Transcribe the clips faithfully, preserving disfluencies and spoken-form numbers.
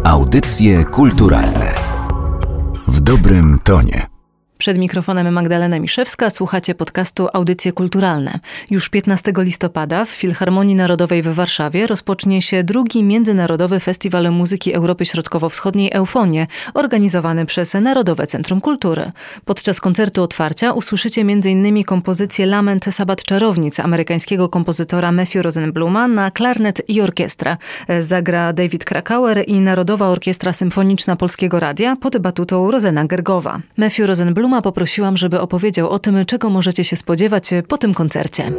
Audycje kulturalne w dobrym tonie. Przed mikrofonem Magdalena Miszewska, słuchacie podcastu Audycje Kulturalne. Już piętnastego listopada w Filharmonii Narodowej w Warszawie rozpocznie się drugi Międzynarodowy Festiwal Muzyki Europy Środkowo-Wschodniej Eufonie, organizowany przez Narodowe Centrum Kultury. Podczas koncertu otwarcia usłyszycie między innymi kompozycję Lament Sabat Czarownic amerykańskiego kompozytora Matthew Rosenbluma na klarnet i orkiestrę. Zagra David Krakauer i Narodowa Orkiestra Symfoniczna Polskiego Radia pod batutą Rozena Gergowa. Matthew Rosenbluma poprosiłam, żeby opowiedział o tym, czego możecie się spodziewać po tym koncercie.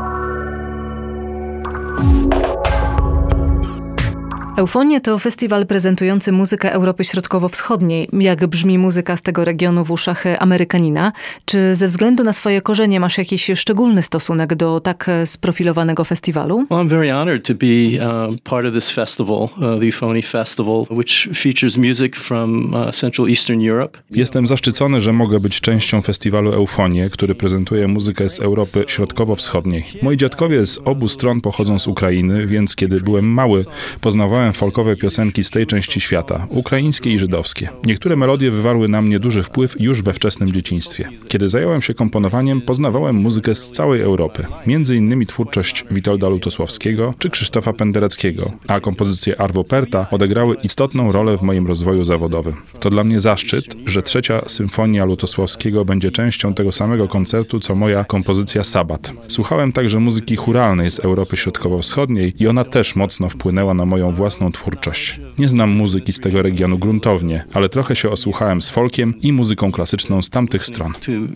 Eufonie to festiwal prezentujący muzykę Europy Środkowo-Wschodniej. Jak brzmi muzyka z tego regionu w uszach Amerykanina? Czy ze względu na swoje korzenie masz jakiś szczególny stosunek do tak sprofilowanego festiwalu? Well, I'm very honored to be uh, part of this festival, uh, the Euphony Festival, which features music from uh, Central Eastern Europe. Jestem zaszczycony, że mogę być częścią festiwalu Eufonie, który prezentuje muzykę z Europy Środkowo-Wschodniej. Moi dziadkowie z obu stron pochodzą z Ukrainy, więc kiedy byłem mały, poznawałem folkowe piosenki z tej części świata, ukraińskie i żydowskie. Niektóre melodie wywarły na mnie duży wpływ już we wczesnym dzieciństwie. Kiedy zająłem się komponowaniem, poznawałem muzykę z całej Europy, między innymi twórczość Witolda Lutosławskiego czy Krzysztofa Pendereckiego, a kompozycje Arvo Pärta odegrały istotną rolę w moim rozwoju zawodowym. To dla mnie zaszczyt, że trzecia symfonia Lutosławskiego będzie częścią tego samego koncertu, co moja kompozycja Sabat. Słuchałem także muzyki chóralnej z Europy Środkowo-Wschodniej i ona też mocno wpłynęła na moją własną twórczość. Nie znam muzyki z tego regionu gruntownie, ale trochę się osłuchałem z folkiem i muzyką klasyczną z tamtych stron.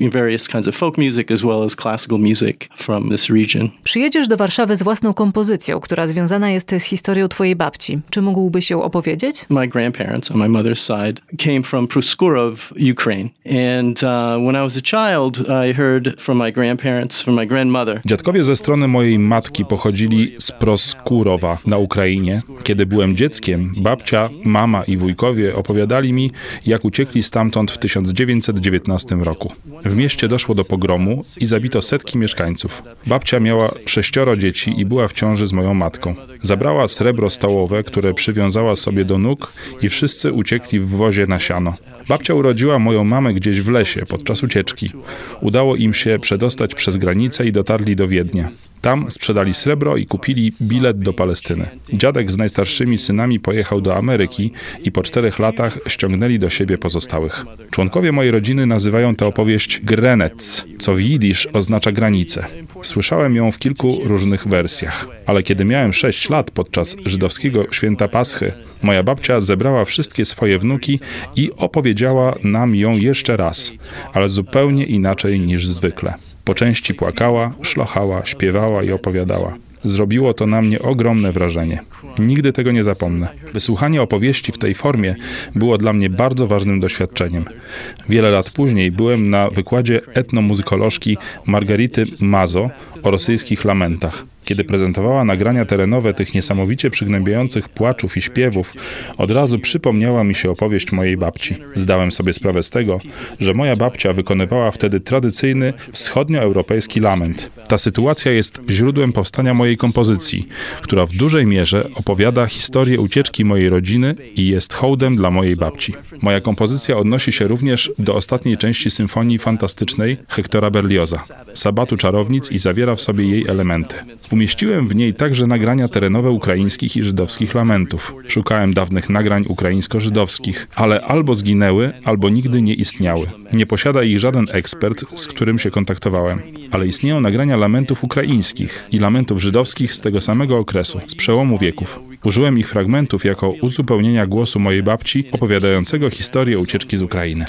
Przyjedziesz do Warszawy z własną kompozycją, która związana jest z historią twojej babci. Czy mógłbyś ją opowiedzieć? My grandparents on my mother's side came from Pruszków, Ukraine. And uh, when I was a child, I heard from my grandparents, from my grandmother. Dziadkowie ze strony mojej matki pochodzili z Proskurowa na Ukrainie. Kiedy byłem dzieckiem, babcia, mama i wujkowie opowiadali mi, jak uciekli stamtąd w tysiąc dziewięćset dziewiętnastym roku. W mieście doszło do pogromu i zabito setki mieszkańców. Babcia miała sześcioro dzieci i była w ciąży z moją matką. Zabrała srebro stołowe, które przywiązała sobie do nóg i wszyscy uciekli w wozie na siano. Babcia urodziła moją mamę gdzieś w lesie podczas ucieczki. Udało im się przedostać przez granicę i dotarli do Wiednia. Tam sprzedali srebro i kupili bilet do Palestyny. Dziadek z najstarszymi synami pojechał do Ameryki i po czterech latach ściągnęli do siebie pozostałych. Członkowie mojej rodziny nazywają tę opowieść Grenec, co w jidysz oznacza granicę. Słyszałem ją w kilku różnych wersjach, ale kiedy miałem sześć lat podczas żydowskiego święta Paschy, moja babcia zebrała wszystkie swoje wnuki i opowiedziała nam ją jeszcze raz, ale zupełnie inaczej niż zwykle. Po części płakała, szlochała, śpiewała i opowiadała. Zrobiło to na mnie ogromne wrażenie. Nigdy tego nie zapomnę. Wysłuchanie opowieści w tej formie było dla mnie bardzo ważnym doświadczeniem. Wiele lat później byłem na wykładzie etnomuzykolożki Margarity Mazo o rosyjskich lamentach. Kiedy prezentowała nagrania terenowe tych niesamowicie przygnębiających płaczów i śpiewów, od razu przypomniała mi się opowieść mojej babci. Zdałem sobie sprawę z tego, że moja babcia wykonywała wtedy tradycyjny wschodnioeuropejski lament. Ta sytuacja jest źródłem powstania mojej kompozycji, która w dużej mierze opowiada historię ucieczki mojej rodziny i jest hołdem dla mojej babci. Moja kompozycja odnosi się również do ostatniej części symfonii fantastycznej Hektora Berlioza, Sabatu Czarownic, i zawiera w sobie jej elementy. Umieściłem w niej także nagrania terenowe ukraińskich i żydowskich lamentów. Szukałem dawnych nagrań ukraińsko-żydowskich, ale albo zginęły, albo nigdy nie istniały. Nie posiada ich żaden ekspert, z którym się kontaktowałem. Ale istnieją nagrania lamentów ukraińskich i lamentów żydowskich z tego samego okresu, z przełomu wieków. Użyłem ich fragmentów jako uzupełnienia głosu mojej babci opowiadającego historię ucieczki z Ukrainy.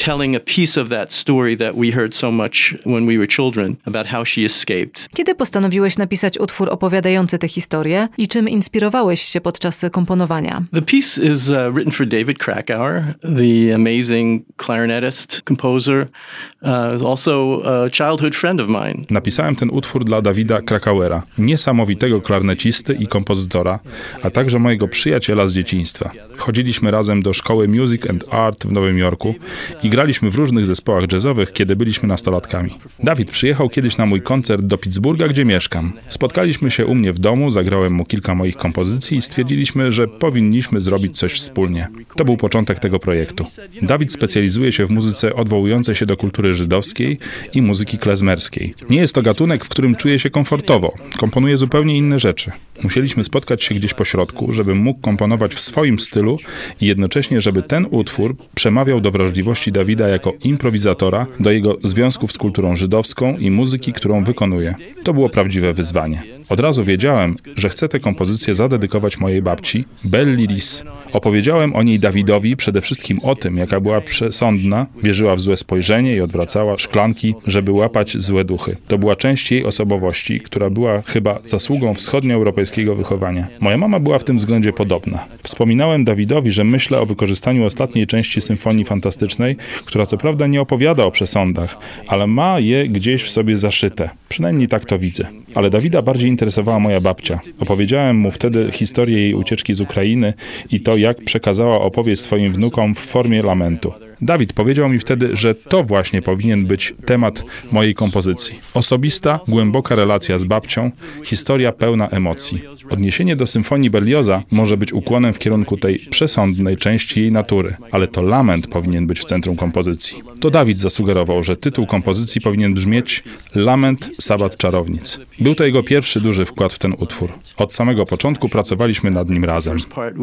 Kiedy postanowiłeś napisać utwór opowiadający tę historię i czym inspirowałeś się podczas komponowania? The piece is uh, written for David Krakauer, the amazing clarinetist, composer, uh, also a childhood friend of mine. Napisałem ten utwór dla Davida Krakauera, niesamowitego klarnecisty i kompozytora, a także mojego przyjaciela z dzieciństwa. Chodziliśmy razem do szkoły Music and Art w Nowym Jorku i graliśmy w różnych zespołach jazzowych, kiedy byliśmy nastolatkami. Dawid przyjechał kiedyś na mój koncert do Pittsburgha, gdzie mieszkam. Spotkaliśmy się u mnie w domu, zagrałem mu kilka moich kompozycji i stwierdziliśmy, że powinniśmy zrobić coś wspólnie. To był początek tego projektu. Dawid specjalizuje się w muzyce odwołującej się do kultury żydowskiej i muzyki klezmerskiej. Nie jest to gatunek, w którym czuję się komfortowo. Komponuje zupełnie inne rzeczy. Musieliśmy spotkać się gdzieś po środku, żebym mógł komponować w swoim stylu i jednocześnie, żeby ten utwór przemawiał do wrażliwości Dawida jako improwizatora, do jego związków z kulturą żydowską i muzyki, którą wykonuje. To było prawdziwe wyzwanie. Od razu wiedziałem, że chcę tę kompozycję zadedykować mojej babci, Belli Lis. Opowiedziałem o niej Dawidowi przede wszystkim o tym, jaka była przesądna, wierzyła w złe spojrzenie i odwracała szklanki, żeby łapać złe duchy. To była część jej osobowości, która była chyba zasługą wschodnioeuropejskiego wychowania. Moja mama była w tym względzie podobna. Wspominałem Dawidowi, że myślę o wykorzystaniu ostatniej części Symfonii Fantastycznej, która co prawda nie opowiada o przesądach, ale ma je gdzieś w sobie zaszyte. Przynajmniej tak to widzę. Ale Dawida bardziej interesowała moja babcia. Opowiedziałem mu wtedy historię jej ucieczki z Ukrainy i to, jak przekazała opowieść swoim wnukom w formie lamentu. Dawid powiedział mi wtedy, że to właśnie powinien być temat mojej kompozycji. Osobista, głęboka relacja z babcią, historia pełna emocji. Odniesienie do symfonii Berlioza może być ukłonem w kierunku tej przesądnej części jej natury, ale to lament powinien być w centrum kompozycji. To Dawid zasugerował, że tytuł kompozycji powinien brzmieć Lament Sabat Czarownic. Był to jego pierwszy duży wkład w ten utwór. Od samego początku pracowaliśmy nad nim razem.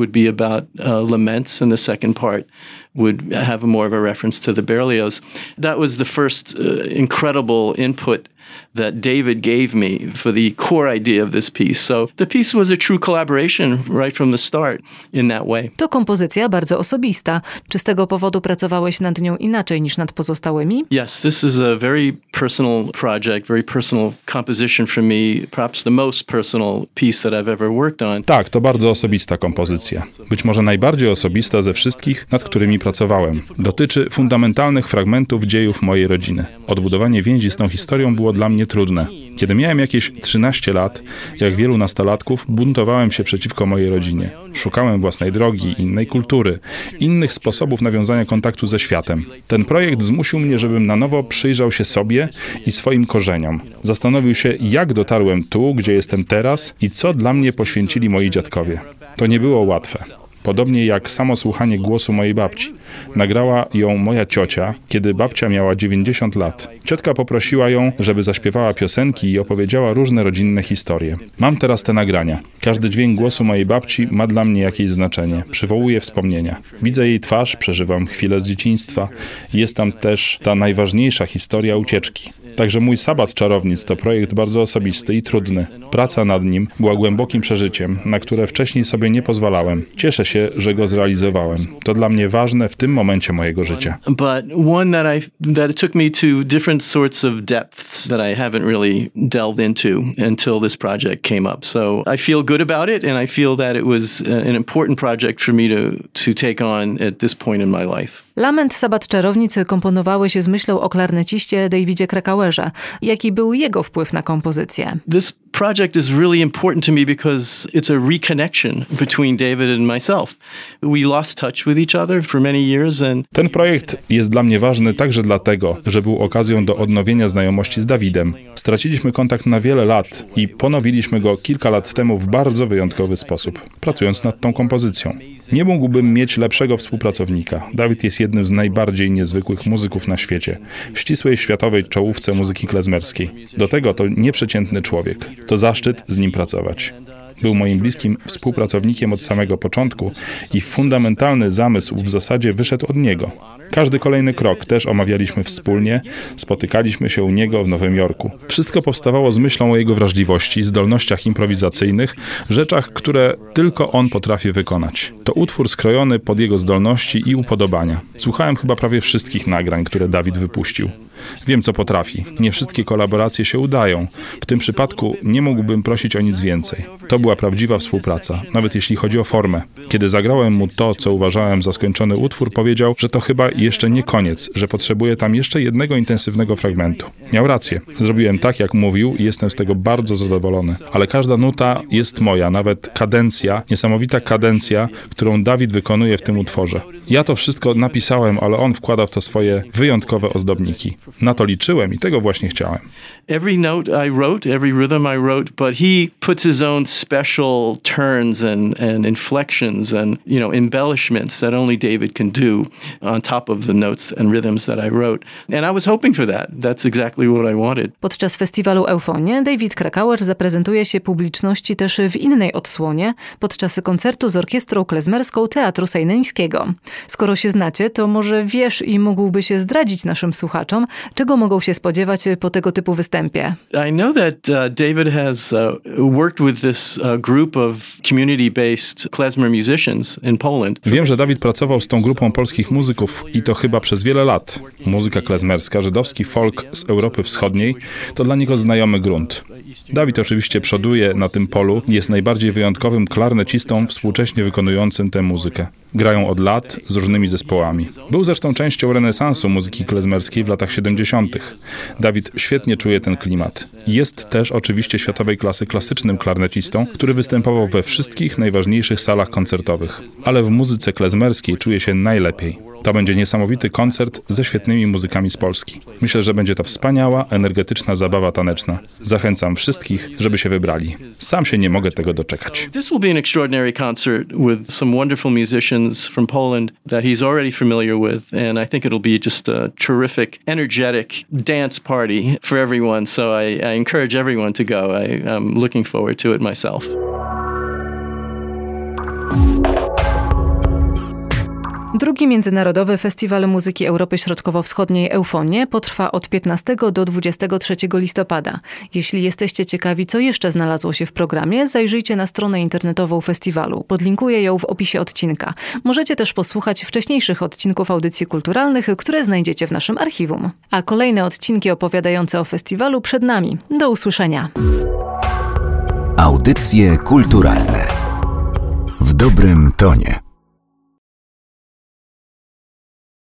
Would have more of a reference to the Berlioz. That was the first uh, incredible input that David gave me for the core idea of this piece. So the piece was a true collaboration right from the start in that way. To kompozycja bardzo osobista. Czy z tego powodu pracowałeś nad nią inaczej niż nad pozostałymi? Yes, this is a very personal project, very personal composition for me, perhaps the most personal piece that I've ever worked on. Tak, to bardzo osobista kompozycja. Być może najbardziej osobista ze wszystkich, nad którymi pracowałem. Dotyczy fundamentalnych fragmentów dziejów mojej rodziny. Odbudowanie więzi z tą historią było dla mnie trudne. Kiedy miałem jakieś trzynaście lat, jak wielu nastolatków, buntowałem się przeciwko mojej rodzinie. Szukałem własnej drogi, innej kultury, innych sposobów nawiązania kontaktu ze światem. Ten projekt zmusił mnie, żebym na nowo przyjrzał się sobie i swoim korzeniom. Zastanowił się, jak dotarłem tu, gdzie jestem teraz i co dla mnie poświęcili moi dziadkowie. To nie było łatwe. Podobnie jak samo słuchanie głosu mojej babci. Nagrała ją moja ciocia, kiedy babcia miała dziewięćdziesiąt lat. Ciotka poprosiła ją, żeby zaśpiewała piosenki i opowiedziała różne rodzinne historie. Mam teraz te nagrania. Każdy dźwięk głosu mojej babci ma dla mnie jakieś znaczenie. Przywołuje wspomnienia. Widzę jej twarz, przeżywam chwilę z dzieciństwa. Jest tam też ta najważniejsza historia ucieczki. Także mój Sabat Czarownic to projekt bardzo osobisty i trudny. Praca nad nim była głębokim przeżyciem, na które wcześniej sobie nie pozwalałem. Cieszę się, że go zrealizowałem. To dla mnie ważne w tym momencie mojego życia. But one that I that took me to different sorts of depths that I haven't really delved into until this project came up. So I feel good about it and I feel that it was an important project for me to to take on at this point in my life. Lament Sabat Czarownicy komponowały się z myślą o klarneciście Davidzie Krakauerze. Jaki był jego wpływ na kompozycję? This project is really important to me because it's a reconnection between David and myself. We lost touch with each other for many years and Ten projekt jest dla mnie ważny także dlatego, że był okazją do odnowienia znajomości z Dawidem. Straciliśmy kontakt na wiele lat i ponowiliśmy go kilka lat temu w bardzo wyjątkowy sposób, pracując nad tą kompozycją. Nie mógłbym mieć lepszego współpracownika. Dawid jest jednym z najbardziej niezwykłych muzyków na świecie, w ścisłej światowej czołówce muzyki klezmerskiej. Do tego to nieprzeciętny człowiek. To zaszczyt z nim pracować. Był moim bliskim współpracownikiem od samego początku i fundamentalny zamysł w zasadzie wyszedł od niego. Każdy kolejny krok też omawialiśmy wspólnie, spotykaliśmy się u niego w Nowym Jorku. Wszystko powstawało z myślą o jego wrażliwości, zdolnościach improwizacyjnych, rzeczach, które tylko on potrafi wykonać. To utwór skrojony pod jego zdolności i upodobania. Słuchałem chyba prawie wszystkich nagrań, które Dawid wypuścił. Wiem, co potrafi. Nie wszystkie kolaboracje się udają. W tym przypadku nie mógłbym prosić o nic więcej. To była prawdziwa współpraca, nawet jeśli chodzi o formę. Kiedy zagrałem mu to, co uważałem za skończony utwór, powiedział, że to chyba jeszcze nie koniec, że potrzebuje tam jeszcze jednego intensywnego fragmentu. Miał rację. Zrobiłem tak, jak mówił i jestem z tego bardzo zadowolony. Ale każda nuta jest moja, nawet kadencja, niesamowita kadencja, którą Dawid wykonuje w tym utworze. Ja to wszystko napisałem, ale on wkłada w to swoje wyjątkowe ozdobniki. Na to liczyłem i tego właśnie chciałem. Every note I wrote, every rhythm I wrote, but he puts his own special turns and, and inflections and, you know, embellishments that only David can do on top of the notes and rhythms that I wrote. And I was hoping for that. That's exactly what I wanted. Podczas festiwalu Eufonie David Krakauer zaprezentuje się publiczności też w innej odsłonie podczas koncertu z orkiestrą klezmerską Teatru Sejneńskiego. Skoro się znacie, to może wiesz i mógłbyś zdradzić naszym słuchaczom, czego mogą się spodziewać po tego typu występie. I know that uh, David has uh, worked with this uh, group of community-based klezmer musicians in Poland. Wiem, że Dawid pracował z tą grupą polskich muzyków i to chyba przez wiele lat. Muzyka klezmerska, żydowski folk z Europy Wschodniej to dla niego znajomy grunt. Dawid oczywiście przoduje na tym polu i jest najbardziej wyjątkowym klarnecistą współcześnie wykonującym tę muzykę. Grają od lat z różnymi zespołami. Był zresztą częścią renesansu muzyki klezmerskiej w latach siedemdziesiątych. Dawid świetnie czuje ten klimat. Jest też oczywiście światowej klasy klasycznym klarnecistą, który występował we wszystkich najważniejszych salach koncertowych. Ale w muzyce klezmerskiej czuje się najlepiej. To będzie niesamowity koncert ze świetnymi muzykami z Polski. Myślę, że będzie to wspaniała, energetyczna zabawa taneczna. Zachęcam wszystkich, żeby się wybrali. Sam się nie mogę tego doczekać. This will be an extraordinary concert with some wonderful musicians from Poland that he's already familiar with, and I think it'll be just a terrific, energetic dance party for everyone. So I, I encourage everyone to go. I, I'm looking forward to it myself. Drugi Międzynarodowy Festiwal Muzyki Europy Środkowo-Wschodniej Eufonie potrwa od piętnastego do dwudziestego trzeciego listopada. Jeśli jesteście ciekawi, co jeszcze znalazło się w programie, zajrzyjcie na stronę internetową festiwalu. Podlinkuję ją w opisie odcinka. Możecie też posłuchać wcześniejszych odcinków audycji kulturalnych, które znajdziecie w naszym archiwum. A kolejne odcinki opowiadające o festiwalu przed nami. Do usłyszenia. Audycje kulturalne w dobrym tonie.